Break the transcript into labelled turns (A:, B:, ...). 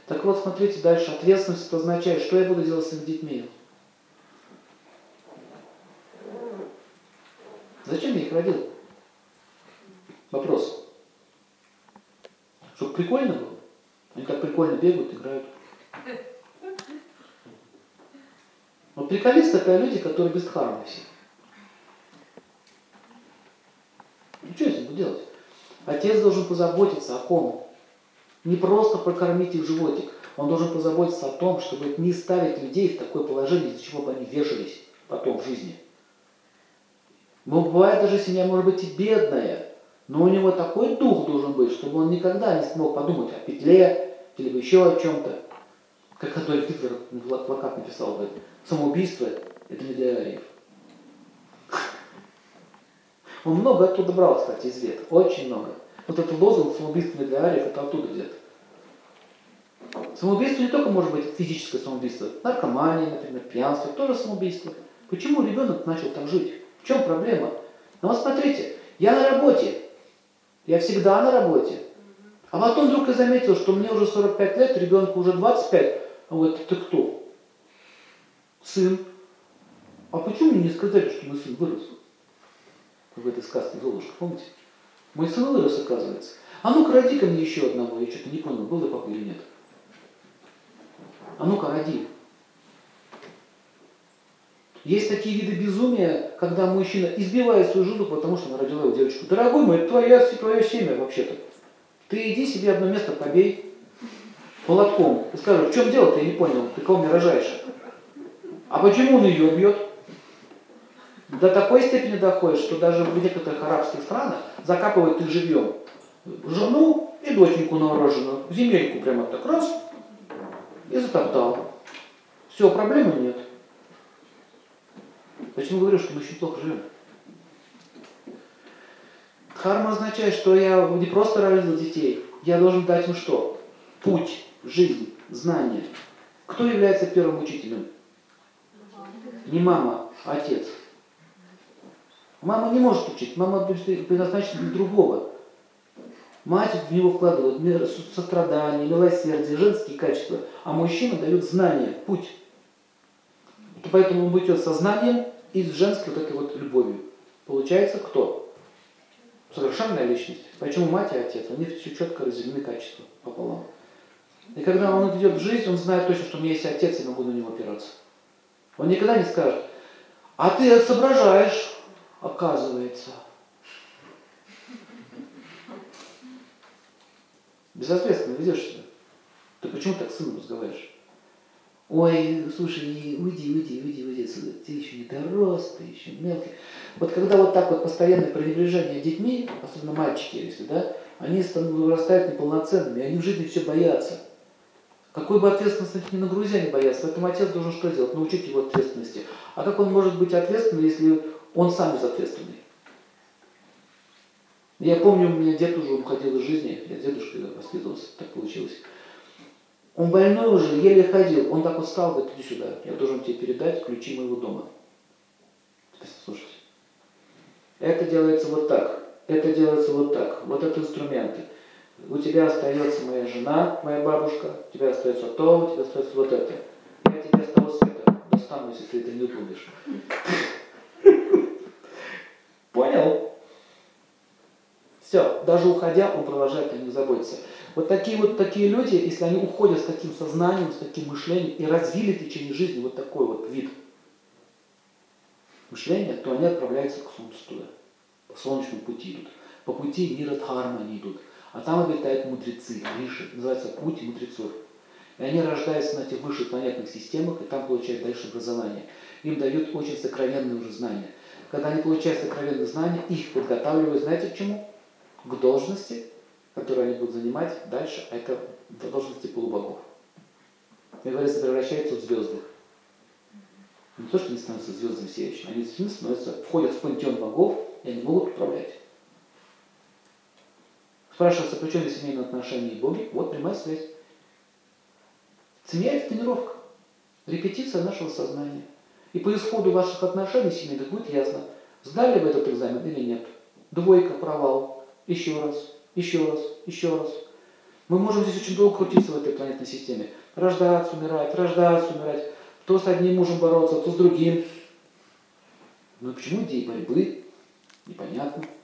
A: Так вот, смотрите дальше. Ответственность это означает, что я буду делать с своими детьми. Зачем я их родил? Вопрос. Чтобы прикольно было? Они так прикольно бегают, играют. Вот приколисты это люди, которые бесхармы все. Ну что я с ним буду делать? Отец должен позаботиться о ком? Не просто прокормить их животик. Он должен позаботиться о том, чтобы не ставить людей в такое положение, из-за чего бы они вешались потом в жизни. Но бывает даже семья может быть и бедная, но у него такой дух должен быть, чтобы он никогда не смог подумать о петле или еще о чем-то. Как Адольф Гитлер плакат написал, говорит, самоубийство – это не для ариев. Он много оттуда брал, кстати, из вет. Очень много. Вот этот лозунг «самоубийство не для ариев» – это оттуда где-то. Самоубийство не только может быть физическое самоубийство. Наркомания, например, пьянство – тоже самоубийство. Почему ребенок начал так жить? В чем проблема? Ну вот смотрите, я на работе. Я всегда на работе. А потом вдруг я заметил, что мне уже 45 лет, ребенку уже 25. А вот ты кто? Сын. А почему мне не сказали, что мой сын вырос? В этой сказке «Золушка», помните? Мой сын вырос, оказывается. А ну-ка, роди-ка мне еще одного. Я что-то не понял, был ли папа или нет. А ну-ка, роди. Есть такие виды безумия, когда мужчина избивает свою жену, потому что она родила его девочку. Дорогой мой, это твое семя вообще-то. Ты иди себе одно место побей молотком. И скажи, в чем дело-то, я не понял, ты кого мне рожаешь? А почему он ее бьет? До такой степени доходит, что даже в некоторых арабских странах закапывают их живьем. Жену и доченьку новорожденную, в земельку прямо так раз и затоптал. Все, проблемы нет. Почему говорю, что мы очень плохо живем? Дхарма означает, что я не просто родил детей, я должен дать им что? Путь, жизнь, знания. Кто является первым учителем? Не мама, а отец. Мама не может учить, мама предназначена для другого. Мать в него вкладывает сострадание, милосердие, женские качества, а мужчина дает знания, путь. И поэтому он будет сознанием и с женской вот этой вот любовью. Получается кто? Совершенная личность. Почему мать и отец? У них все четко разделены качества пополам. И когда он идет в жизнь, он знает точно, что у меня есть отец, и могу на него опираться. Он никогда не скажет, а ты соображаешь, оказывается. Безответственно ведешь себя. Ты почему так с сыном разговариваешь? Ой, слушай, уйди отсюда. Ты еще не дорос, ты еще мелкий. Вот когда вот так вот постоянное пренебрежение детьми, особенно мальчики, если, да, они вырастают неполноценными, они в жизни все боятся. Какой бы ответственности ни нагрузи, они боятся. Поэтому отец должен что делать? Научить его ответственности. А как он может быть ответственным, если он сам безответственный? Я помню, у меня дед уже уходил из жизни, я дедушкой воспитывался, так получилось. Он больной уже, еле ходил. Он так вот встал, говорит, иди сюда, я должен тебе передать ключи моего дома. Слушайте. Это делается вот так, это делается вот так, вот это инструменты. У тебя остается моя жена, моя бабушка, у тебя остается то, у тебя остается вот это. Я тебя с того света достану, если ты это не выполнишь. Понял? Все, даже уходя, он продолжает о них заботиться. Вот такие люди, если они уходят с таким сознанием, с таким мышлением и развили в течение жизни вот такой вот вид мышления, то они отправляются к Солнцу туда. По солнечному пути идут. По пути мира Дхармы они идут. А там обитают мудрецы, риши, называется путь мудрецов. И они рождаются на этих высших планетных системах, и там получают дальше образование. Им дают очень сокровенные уже знания. Когда они получают сокровенные знания, их подготавливают, знаете к чему? К должности, которую они будут занимать дальше, а это должности полубогов. Как говорится, превращаются в звезды. Не то, что они становятся звездами сияющими, они входят в пантеон богов, и они могут управлять. Спрашивается, при чем здесь семейные отношения и боги? Вот прямая связь. Семья – это тренировка, репетиция нашего сознания. И по исходу ваших отношений семейных будет ясно, сдали вы этот экзамен или нет. Двойка, провал. Еще раз, еще раз, еще раз. Мы можем здесь очень долго крутиться в этой планетной системе. Рождаться, умирать, то с одним мужем бороться, то с другим. Но почему идеи борьбы? Непонятно.